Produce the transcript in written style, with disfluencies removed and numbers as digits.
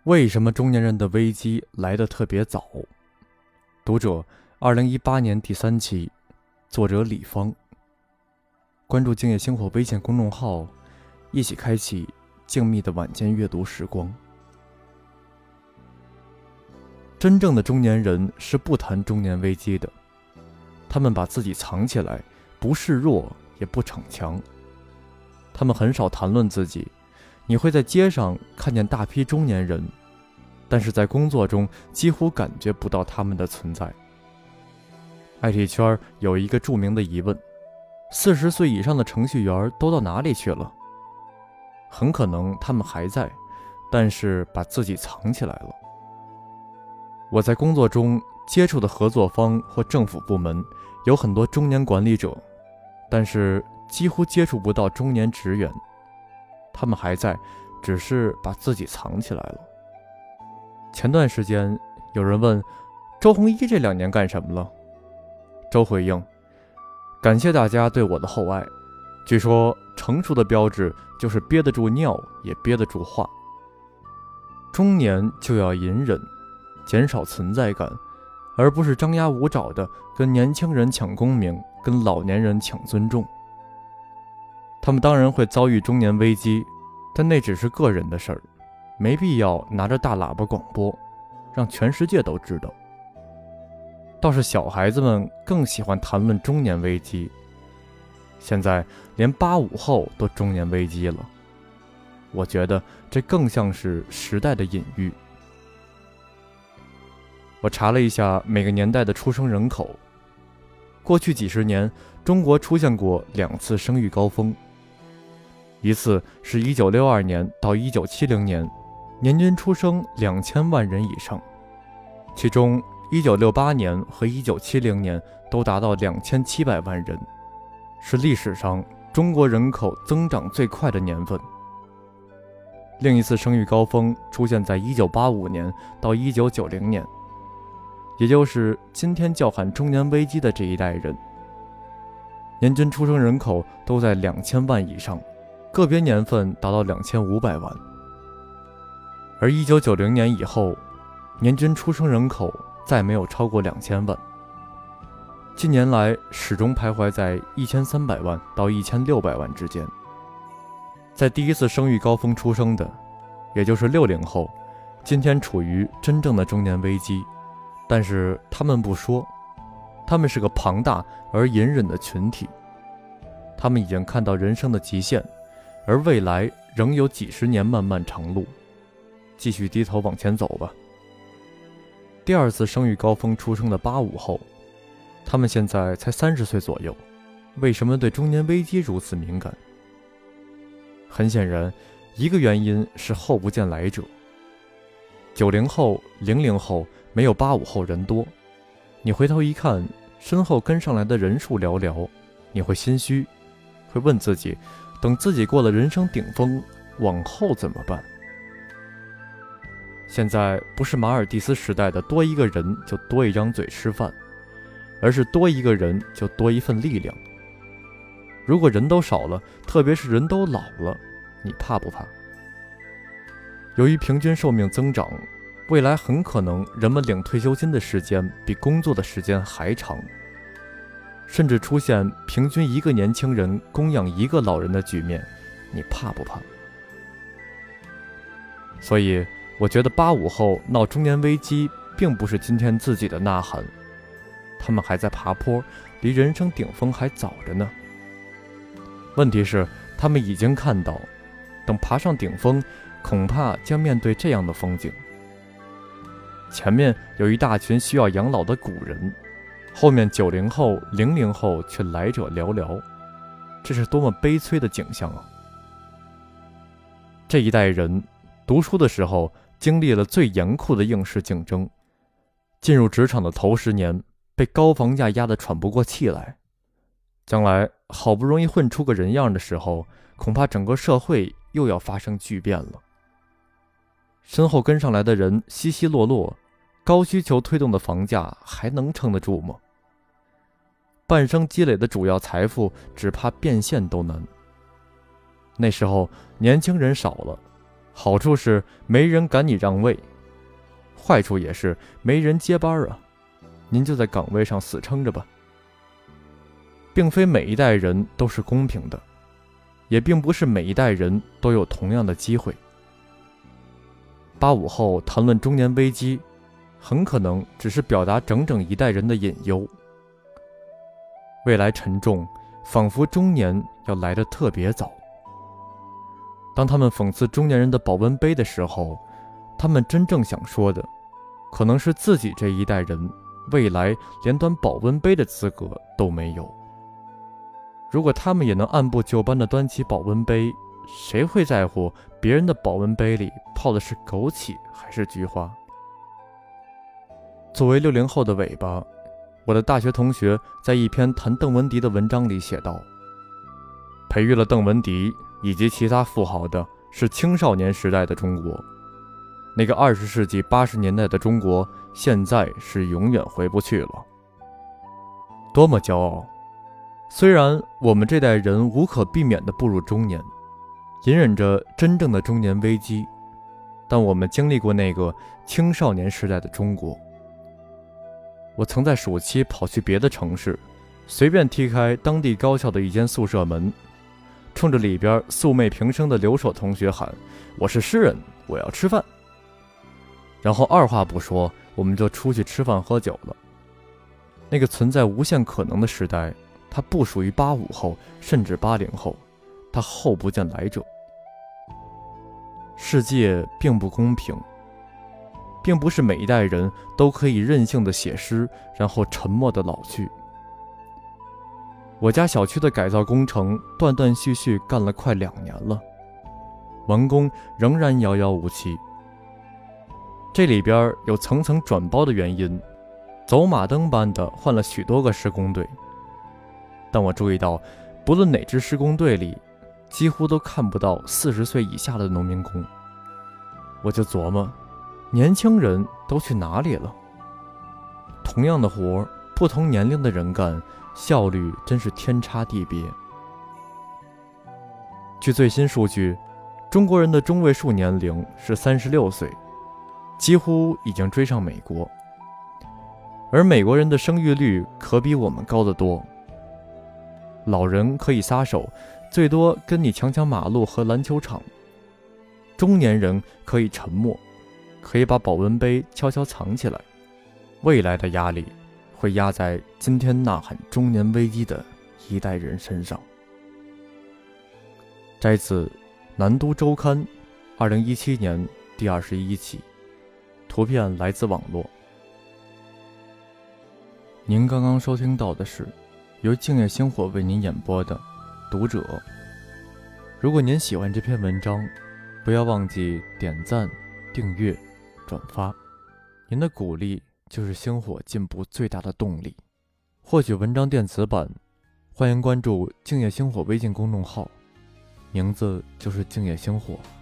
为什么中年人的危机来得特别早？读者2018年第3期，作者李芳。关注静夜星火微信公众号，一起开启静谧的晚间阅读时光。真正的中年人是不谈中年危机的，他们把自己藏起来，不示弱也不逞强。他们很少谈论自己，你会在街上看见大批中年人，但是在工作中几乎感觉不到他们的存在。IT 圈有一个著名的疑问：40岁以上的程序员都到哪里去了？很可能他们还在，但是把自己藏起来了。我在工作中接触的合作方或政府部门有很多中年管理者，但是几乎接触不到中年职员。他们还在，只是把自己藏起来了。前段时间有人问周鸿祎这2年干什么了，周回应：感谢大家对我的厚爱。据说成熟的标志就是憋得住尿也憋得住话。中年就要隐忍，减少存在感，而不是张牙舞爪的跟年轻人抢功名，跟老年人抢尊重。他们当然会遭遇中年危机，但那只是个人的事儿，没必要拿着大喇叭广播，让全世界都知道。倒是小孩子们更喜欢谈论中年危机，现在连85后都中年危机了。我觉得这更像是时代的隐喻。我查了一下每个年代的出生人口，过去几十年，中国出现过2次生育高峰。一次是1962年到1970年，年均出生2000万人以上，其中1968年和1970年都达到2700万人，是历史上中国人口增长最快的年份。另一次生育高峰出现在1985年到1990年，也就是今天叫喊中年危机的这一代人，年均出生人口都在2000万以上，个别年份达到2500万。而1990年以后，年均出生人口再没有超过2000万，近年来始终徘徊在1300万到1600万之间。在第一次生育高峰出生的，也就是60后，今天处于真正的中年危机，但是他们不说，他们是个庞大而隐忍的群体，他们已经看到人生的极限，而未来仍有几十年漫漫长路，继续低头往前走吧。第二次生育高峰出生的85后，他们现在才30岁左右，为什么对中年危机如此敏感？很显然，一个原因是后不见来者。90后、00后没有85后人多，你回头一看，身后跟上来的人数寥寥，你会心虚，会问自己，等自己过了人生顶峰，往后怎么办？现在不是马尔蒂斯时代的多一个人就多一张嘴吃饭，而是多一个人就多一份力量。如果人都少了，特别是人都老了，你怕不怕？由于平均寿命增长，未来很可能人们领退休金的时间比工作的时间还长，甚至出现平均1个年轻人供养1个老人的局面，你怕不怕？所以我觉得85后闹中年危机并不是今天自己的呐喊，他们还在爬坡，离人生顶峰还早着呢。问题是他们已经看到，等爬上顶峰，恐怕将面对这样的风景：前面有一大群需要养老的古人，后面90后、00后却来者寥寥，这是多么悲催的景象啊！这一代人读书的时候经历了最严酷的应试竞争，进入职场的头10年被高房价压得喘不过气来，将来好不容易混出个人样的时候，恐怕整个社会又要发生巨变了。身后跟上来的人稀稀落落，高需求推动的房价还能撑得住吗？半生积累的主要财富只怕变现都难。那时候年轻人少了， 好处是没人赶你让位，坏处也是没人接班啊，您就在岗位上死撑着吧。并非每一代人都是公平的，也并不是每一代人都有同样的机会。85后谈论中年危机，很可能只是表达整整一代人的隐忧。未来沉重，仿佛中年要来得特别早。当他们讽刺中年人的保温杯的时候，他们真正想说的，可能是自己这一代人未来连端保温杯的资格都没有。如果他们也能按部就班地端起保温杯，谁会在乎别人的保温杯里泡的是枸杞还是菊花？作为60后的尾巴，我的大学同学在一篇谈邓文迪的文章里写道，培育了邓文迪以及其他富豪的是青少年时代的中国，那个20世纪80年代的中国现在是永远回不去了。多么骄傲！虽然我们这代人无可避免地步入中年，隐忍着真正的中年危机，但我们经历过那个青少年时代的中国。我曾在暑期跑去别的城市，随便踢开当地高校的一间宿舍门，冲着里边素昧平生的留守同学喊：“我是诗人，我要吃饭。”然后二话不说，我们就出去吃饭喝酒了。那个存在无限可能的时代，它不属于85后，甚至80后，它后不见来者。世界并不公平，并不是每一代人都可以任性的写诗，然后沉默的老去。我家小区的改造工程断断续续干了快2年了，完工仍然遥遥无期。这里边有层层转包的原因，走马灯般的换了许多个施工队。但我注意到，不论哪支施工队里，几乎都看不到40岁以下的农民工。我就琢磨，年轻人都去哪里了？同样的活，不同年龄的人干，效率真是天差地别。据最新数据，中国人的中位数年龄是36岁，几乎已经追上美国。而美国人的生育率可比我们高得多。老人可以撒手，最多跟你抢马路和篮球场；中年人可以沉默，可以把保温杯悄悄藏起来。未来的压力会压在今天呐喊中年危机的一代人身上。摘自《南都周刊》2017年第21期，图片来自网络。您刚刚收听到的是由静夜星火为您演播的《读者》。如果您喜欢这篇文章，不要忘记点赞、订阅、转发，您的鼓励就是星火进步最大的动力。获取文章电子版，欢迎关注静夜星火微信公众号，名字就是静夜星火。